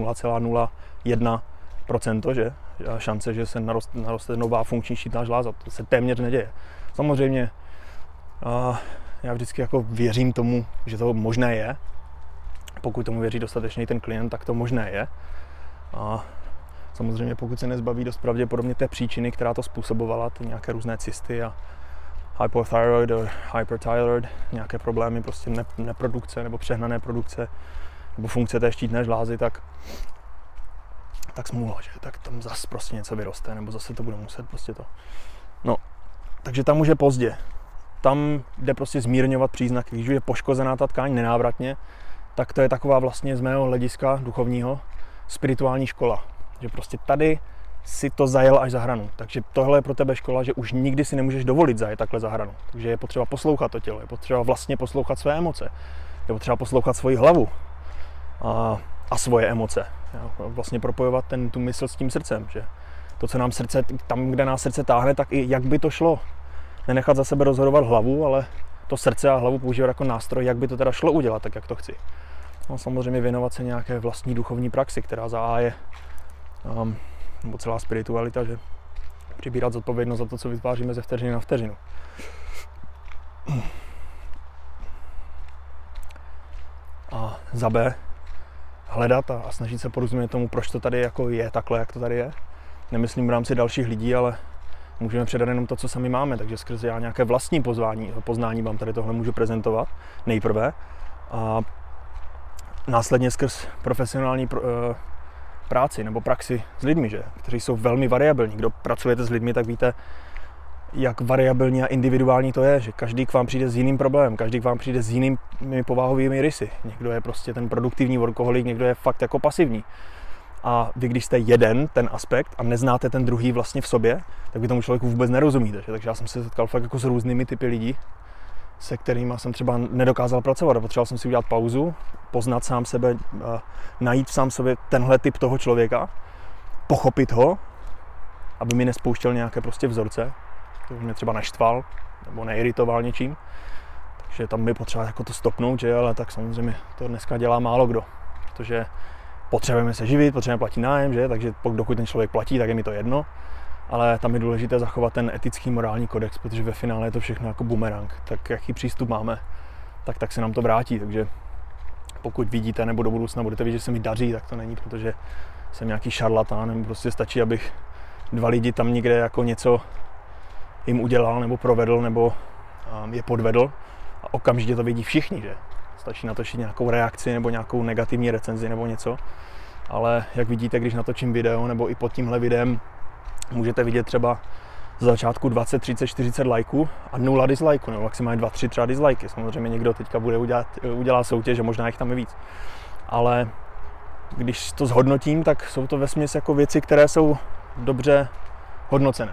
0,01%, že? A šance, že se naroste nová funkční štítná žláza, to se téměř neděje. Samozřejmě já vždycky jako věřím tomu, že to možné je. Pokud tomu věří dostatečně ten klient, tak to možné je. A samozřejmě pokud se nezbaví dost pravděpodobně té příčiny, která to způsobovala, ty nějaké různé cysty a hypothyroid a hyperthyroid, nějaké problémy prostě neprodukce nebo přehnané produkce nebo funkce té štítné žlázy, tak smůla, že? Tak tam zase prostě něco vyroste nebo zase to bude muset prostě to. No, takže tam už je pozdě. Tam jde prostě zmírňovat příznaky. Když je poškozená ta tkáň nenávratně, tak to je taková vlastně z mého hlediska duchovního spirituální škola. Že prostě tady si to zajel až za hranu. Takže tohle je pro tebe škola, že už nikdy si nemůžeš dovolit zajet takhle za hranu. Takže je potřeba poslouchat to tělo, je potřeba vlastně poslouchat své emoce, je potřeba poslouchat svoji hlavu a svoje emoce. Vlastně propojovat tu mysl s tím srdcem. Že to, co nám srdce, tam, kde nás srdce táhne, tak i jak by to šlo. Nenechat za sebe rozhodovat hlavu, ale to srdce a hlavu používat jako nástroj, jak by to teda šlo udělat, tak jak to chci. No, samozřejmě věnovat se nějaké vlastní duchovní praxi, která za A je nebo celá spiritualita, že přibírat zodpovědnost za to, co vytváříme ze vteřiny na vteřinu. A za B hledat a snažit se porozumět tomu, proč to tady jako je takhle, jak to tady je. Nemyslím v rámci dalších lidí, ale můžeme předat jenom to, co sami máme, takže skrze já nějaké vlastní poznání vám tady tohle můžu prezentovat nejprve a následně skrz profesionální práci nebo praxi s lidmi, že? Kteří jsou velmi variabilní. Kdo pracujete s lidmi, tak víte, jak variabilní a individuální to je, že každý k vám přijde s jiným problémem, každý k vám přijde s jinými povahovými rysy. Někdo je prostě ten produktivní workoholik, někdo je fakt jako pasivní. A vy, když jste jeden, ten aspekt, a neznáte ten druhý vlastně v sobě, tak vy tomu člověku vůbec nerozumíte. Že? Takže já jsem se setkal fakt jako s různými typy lidí, se kterými jsem třeba nedokázal pracovat a potřeboval jsem si udělat pauzu, poznat sám sebe, najít v sám sobě tenhle typ toho člověka, pochopit ho, aby mi nespouštěl nějaké prostě vzorce, který mě třeba naštval nebo neiritoval něčím. Takže tam by potřeba jako to stopnout, že? Ale tak samozřejmě to dneska dělá málo kdo, protože potřebujeme se živit, potřebujeme platit nájem, že? Takže dokud ten člověk platí, tak je mi to jedno. Ale tam je důležité zachovat ten etický morální kodex, protože ve finále je to všechno jako bumerang. Tak jaký přístup máme, tak se nám to vrátí. Takže pokud vidíte nebo do budoucna budete vidět, že se mi daří, tak to není, protože jsem nějaký šarlatán, nebo prostě stačí, abych 2 lidi tam někde jako něco jim udělal nebo provedl nebo je podvedl a okamžitě to vidí všichni, že? Stačí natočit nějakou reakci nebo nějakou negativní recenzi nebo něco. Ale jak vidíte, když natočím video nebo i pod tímhle videem můžete vidět třeba z začátku 20, 30, 40 lajků a 0 dislikeů, nebo maximálně 2, 3 třeba dislikey. Samozřejmě někdo teďka udělá soutěž a možná jich tam je víc. Ale když to zhodnotím, tak jsou to vesměs jako věci, které jsou dobře hodnocené.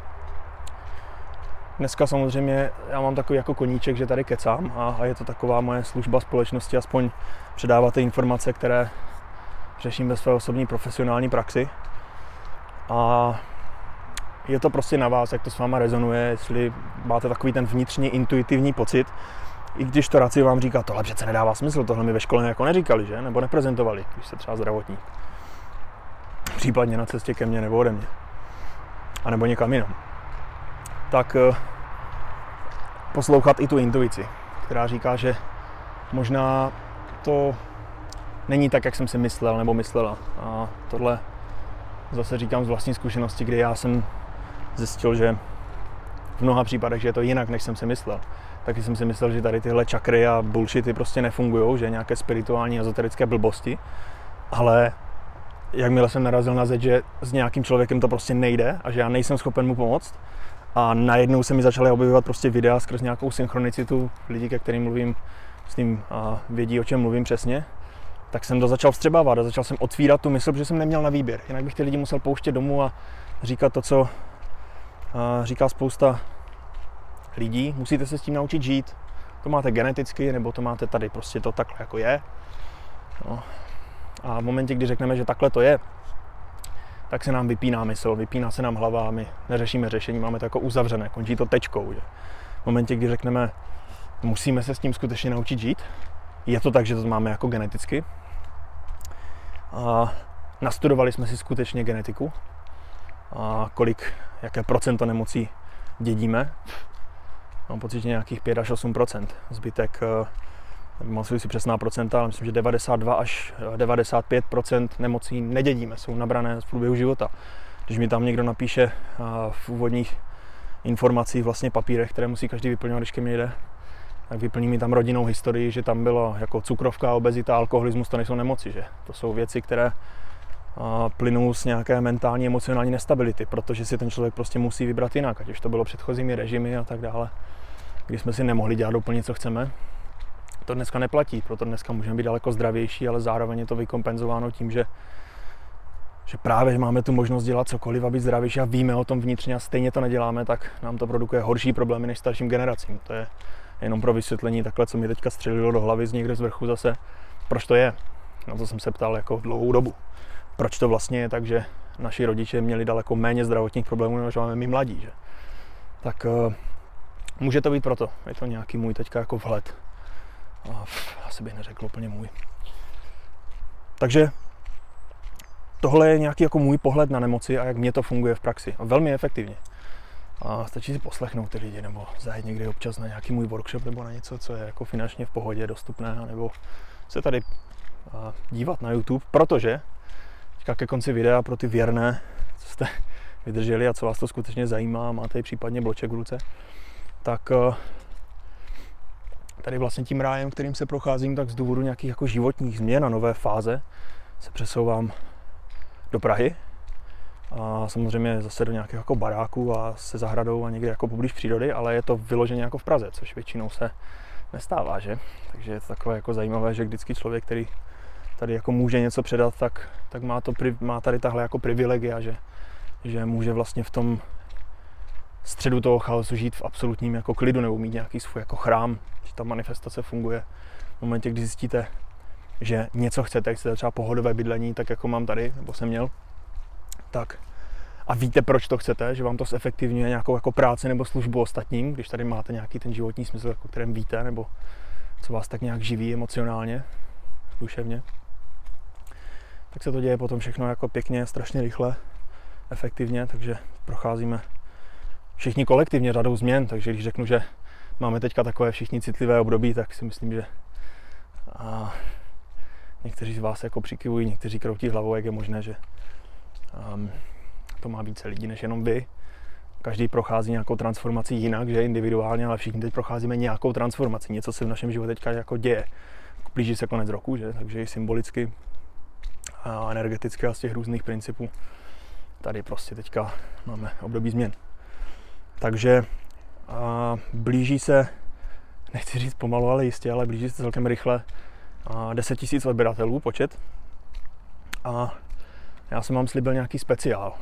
Dneska samozřejmě já mám takový jako koníček, že tady kecám a je to taková moje služba společnosti, aspoň předávat ty informace, které řeším ve své osobní profesionální praxi. A je to prostě na vás, jak to s váma rezonuje, jestli máte takový ten vnitřní intuitivní pocit, i když to raci vám říká, tohle přece nedává smysl, tohle mi ve škole jako neříkali, že? Nebo neprezentovali, když jste třeba zdravotník. Případně na cestě ke mně nebo ode mě. A nebo někam jinam. Tak poslouchat i tu intuici, která říká, že možná to není tak, jak jsem si myslel nebo myslela. A tohle zase říkám z vlastní zkušenosti, kdy já jsem zjistil, že v mnoha případech, že je to jinak, než jsem si myslel. Taky jsem si myslel, že tady tyhle čakry a bullshity prostě nefungujou, že nějaké spirituální ezoterické blbosti, ale jakmile jsem narazil na zeď, že s nějakým člověkem to prostě nejde a že já nejsem schopen mu pomoct a najednou se mi začaly objevovat prostě videa skrz nějakou synchronicitu lidí, ke kterým mluvím, s tím vědí, o čem mluvím přesně, tak jsem to začal vstřebávat a začal jsem otvírat tu mysl, protože jsem neměl na výběr. Jinak bych ty lidi musel pouštět domů a říkat to, co říká spousta lidí. Musíte se s tím naučit žít. To máte geneticky, nebo to máte tady, prostě to takhle jako je. No. A v momentě, kdy řekneme, že takhle to je, tak se nám vypíná mysl, vypíná se nám hlava a my neřešíme řešení, máme to jako uzavřené, končí to tečkou. Že? V momentě, kdy řekneme, musíme se s tím skutečně naučit žít, je to tak, že to máme jako geneticky. A nastudovali jsme si skutečně genetiku, a jaké procento nemocí dědíme. Mám pocit, že nějakých 5 až 8%. Zbytek, nemám si přesná procenta, ale myslím, že 92 až 95% nemocí nedědíme, jsou nabrané v průběhu života. Když mi tam někdo napíše v úvodních informacích, vlastně papírech, které musí každý vyplňovat, když ke mně jde, tak vyplní mi tam rodinnou historii, že tam bylo jako cukrovka, obezita, alkoholismus, to nejsou nemoci, že? To jsou věci, které plynou z nějaké mentální, emocionální nestability, protože si ten člověk prostě musí vybrat jinak, ať už to bylo předchozími režimy a tak dále, když jsme si nemohli dělat úplně, co chceme. To dneska neplatí, proto dneska můžeme být daleko zdravější, ale zároveň je to vykompenzováno tím, že právě máme tu možnost dělat cokoliv a být zdravější a víme o tom vnitřně a stejně to neděláme, tak nám to produkuje horší problémy než starším generacím. To je jenom pro vysvětlení takhle, co mi teďka střelilo do hlavy z někde z vrchu zase, proč to je. Na to jsem se ptal jako dlouhou dobu. Proč to vlastně je tak, že naši rodiče měli daleko méně zdravotních problémů, než máme my mladí, že? Tak může to být proto. Je to nějaký můj teďka jako vhled. Asi bych neřekl úplně můj. Takže tohle je nějaký jako můj pohled na nemoci a jak mě to funguje v praxi. A velmi efektivně. A stačí si poslechnout ty lidi, nebo zajít někdy občas na nějaký můj workshop, nebo na něco, co je jako finančně v pohodě dostupné, nebo se tady dívat na YouTube, protože ke konci videa pro ty věrné, co jste vydrželi a co vás to skutečně zajímá, máte i případně bloček v ruce, tak tady vlastně tím rájem, kterým se procházím, tak z důvodu nějakých jako životních změn a nové fáze se přesouvám do Prahy a samozřejmě zase do nějakého jako baráku a se zahradou a někde jako poblíž přírody, ale je to vyloženě jako v Praze, což většinou se nestává, že? Takže je to takové jako zajímavé, že vždycky člověk, který tady jako může něco předat, tak má tady tahle jako privilegia, že může vlastně v tom středu toho chaosu žít v absolutním jako klidu nebo mít nějaký svůj jako chrám, že ta manifestace funguje. V momentě, kdy zjistíte, že něco chcete třeba pohodové bydlení, tak jako mám tady, nebo jsem měl, tak a víte, proč to chcete, že vám to zefektivňuje nějakou jako práci nebo službu ostatním, když tady máte nějaký ten životní smysl, o kterém víte, nebo co vás tak nějak živí emocionálně, duševně, tak se to děje potom všechno jako pěkně, strašně rychle, efektivně, takže procházíme všichni kolektivně řadou změn, takže když řeknu, že máme teďka takové všichni citlivé období, tak si myslím, že někteří z vás jako přikyvují, někteří kroutí hlavou, jak je možné, že to má více lidí než jenom vy. Každý prochází nějakou transformací jinak, že individuálně, ale všichni teď procházíme nějakou transformací. Něco se v našem životě teďka jako děje. Blíží se konec roku, že? Takže i symbolicky a energeticky a z těch různých principů tady prostě teďka máme období změn. Takže blíží se, nechci říct pomalu, ale jistě, ale blíží se celkem rychle 10 000 odběratelů počet. A já jsem vám slíbil nějaký speciál.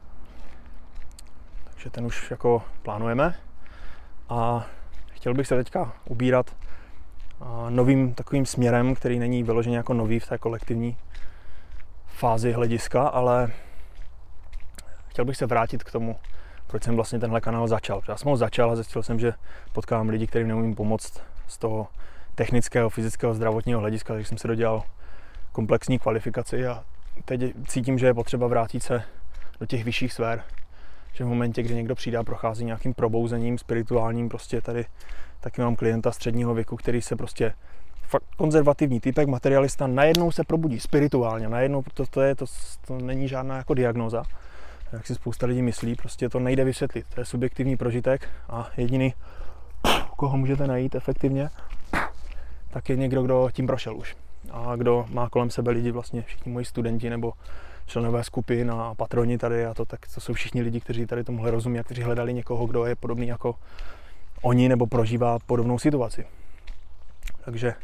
Takže ten už jako plánujeme. A chtěl bych se teďka ubírat novým takovým směrem, který není vyloženě jako nový v té kolektivní fázi hlediska, ale chtěl bych se vrátit k tomu, proč jsem vlastně tenhle kanál začal. Já jsem ho začal a zjistil jsem, že potkávám lidi, kterým neumím pomoct z toho technického, fyzického, zdravotního hlediska, takže jsem se dodělal komplexní kvalifikaci a teď cítím, že je potřeba vrátit se do těch vyšších sfér. Že v momentě, kdy někdo přijde a prochází nějakým probouzením spirituálním, prostě tady taky mám klienta středního věku, který se prostě fakt konzervativní typek, materialista, najednou se probudí spirituálně, najednou to není žádná jako diagnóza, jak si spousta lidí myslí, prostě to nejde vysvětlit, to je subjektivní prožitek a jediný, koho můžete najít efektivně, tak je někdo, kdo tím prošel už a kdo má kolem sebe lidi, vlastně všichni moji studenti nebo členové skupin a patroni tady a to, tak to jsou všichni lidi, kteří tady tomuhle rozumí a kteří hledali někoho, kdo je podobný jako oni nebo prožívá podobnou situaci. Takže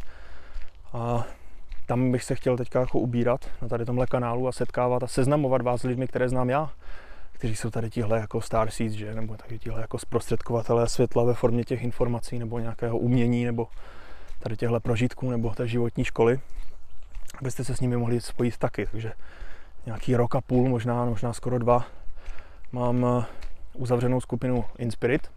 tam bych se chtěl teďka jako ubírat na tady tomhle kanálu a setkávat a seznamovat vás s lidmi, které znám já, kteří jsou tady tihle jako starseeds, že? Nebo taky tihle jako zprostředkovatelé světla ve formě těch informací nebo nějakého umění nebo tady těchto prožitků nebo té životní školy, abyste se s nimi mohli spojit taky. Takže nějaký rok a půl, možná skoro 2, mám uzavřenou skupinu Inspirit,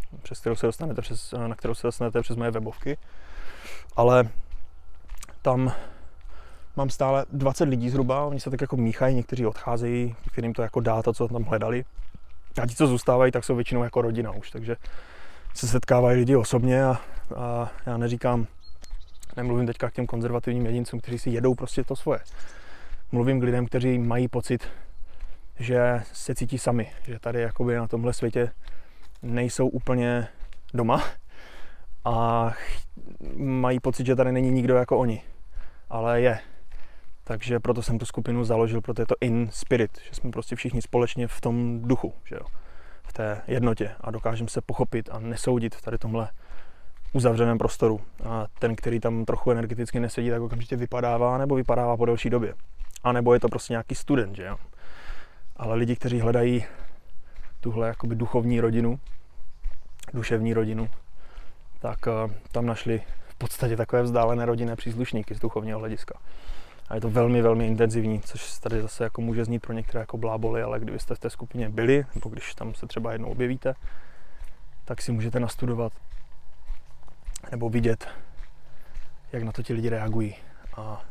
na kterou se dostanete přes moje webovky, ale tam mám stále 20 lidí zhruba, oni se tak jako míchají, někteří odcházejí, kterým to jako dá to, co tam hledali. A ti, co zůstávají, tak jsou většinou jako rodina už, takže se setkávají lidi osobně a já nemluvím teďka k těm konzervativním jedincům, kteří si jedou prostě to svoje. Mluvím k lidem, kteří mají pocit, že se cítí sami, že tady jakoby na tomhle světě nejsou úplně doma a mají pocit, že tady není nikdo jako oni, ale je. Takže proto jsem tu skupinu založil, proto je to In Spirit, že jsme prostě všichni společně v tom duchu, že jo, v té jednotě a dokážeme se pochopit a nesoudit v tady tomhle uzavřeném prostoru. A ten, který tam trochu energeticky nesedí, tak okamžitě vypadává nebo vypadává po delší době. A nebo je to prostě nějaký student, že jo. Ale lidi, kteří hledají tuhle jakoby duchovní rodinu, duševní rodinu, tak tam našli v podstatě takové vzdálené rodinné příslušníky z duchovního hlediska. A je to velmi, velmi intenzivní, což tady zase jako může znít pro některé jako bláboli, ale kdybyste v té skupině byli, nebo když tam se třeba jednou objevíte, tak si můžete nastudovat nebo vidět, jak na to ti lidi reagují a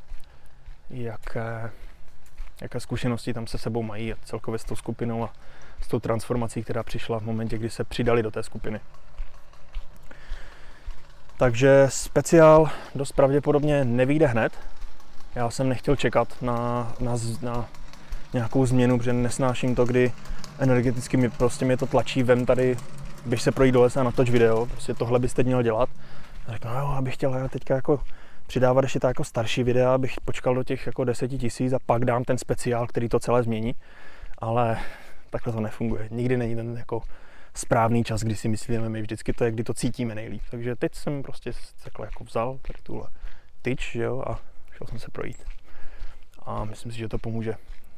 jaké zkušenosti tam se sebou mají celkově s tou skupinou a s tou transformací, která přišla v momentě, kdy se přidali do té skupiny. Takže speciál dost pravděpodobně nevyjde hned. Já jsem nechtěl čekat na nějakou změnu, protože nesnáším to, kdy energeticky mě to tlačí vem tady, běž se projít do lesa a natoč video, prostě tohle byste měl dělat. A řeknu, jo, abych chtěl teďka jako přidávat ještě tak jako starší videa, abych počkal do těch jako 10 000 a pak dám ten speciál, který to celé změní. Ale takhle to nefunguje. Nikdy není ten jako správný čas, kdy si myslíme my, vždycky to je, kdy to cítíme nejlíp. Takže teď jsem prostě takhle jako vzal tady tuhle tyč, jo, a šel jsem se projít. A myslím si, že to pomůže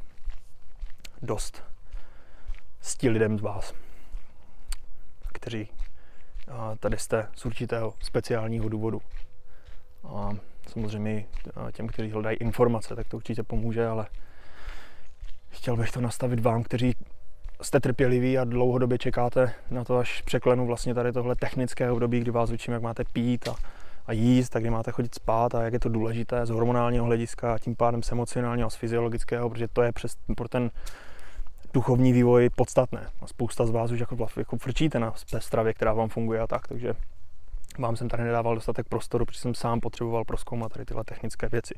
dost lidem z vás, kteří tady jste z určitého speciálního důvodu. A samozřejmě těm, kteří hledají informace, tak to určitě pomůže, ale chtěl bych to nastavit vám, kteří jste trpěliví a dlouhodobě čekáte na to, až překlenu vlastně tady tohle technické období, kdy vás učím, jak máte pít a jíst, a kdy máte chodit spát a jak je to důležité z hormonálního hlediska a tím pádem z emocionálního a z fyziologického, protože to je pro ten duchovní vývoj podstatné. A spousta z vás už jako frčíte na stravě, která vám funguje a tak, takže vám jsem tady nedával dostatek prostoru, protože jsem sám potřeboval prozkoumat tady tyhle technické věci.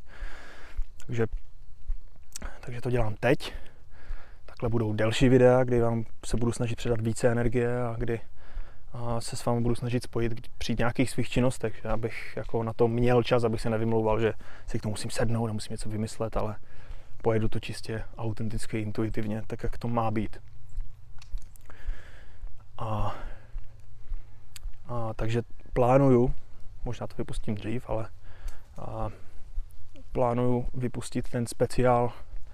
Takže to dělám teď. Takhle budou delší videa, kdy vám se budu snažit předat více energie a kdy se s vámi budu snažit spojit při nějakých svých činnostech, že abych jako na to měl čas, abych se nevymlouval, že si k tomu musím sednout a musím něco vymyslet, ale pojedu to čistě autenticky, intuitivně, tak jak to má být. Takže plánuju, možná to vypustím dřív, ale plánuju vypustit ten speciál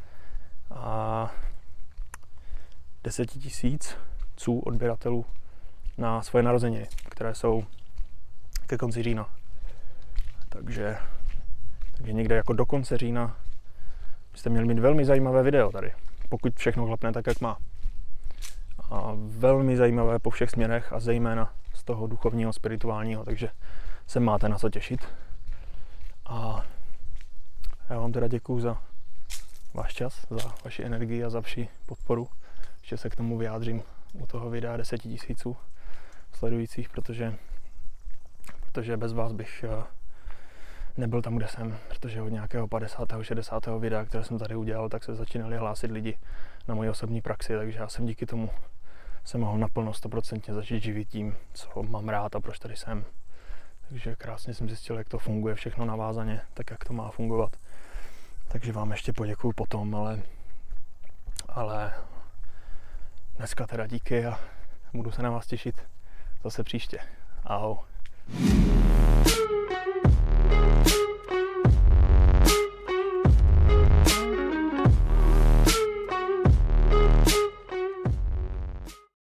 10 000 odběratelů na svoje narozeniny, které jsou ke konci října. Takže někde jako do konce října byste měli mít velmi zajímavé video tady, pokud všechno klapne tak, jak má. A velmi zajímavé po všech směrech a zejména z toho duchovního, spirituálního, takže se máte na co těšit. A já vám teda děkuju za váš čas, za vaši energii a za vaši podporu. Ještě se k tomu vyjádřím u toho videa 10 000 sledujících, protože bez vás bych nebyl tam, kde jsem, protože od nějakého 50. 60. videa, které jsem tady udělal, tak se začínali hlásit lidi na moji osobní praxi, takže já jsem díky tomu se mohl naplno 100% začít živit tím, co mám rád a proč tady jsem. Takže krásně jsem zjistil, jak to funguje všechno navázaně, tak jak to má fungovat. Takže vám ještě poděkuju potom, ale dneska teda díky a budu se na vás těšit zase příště. Ahoj.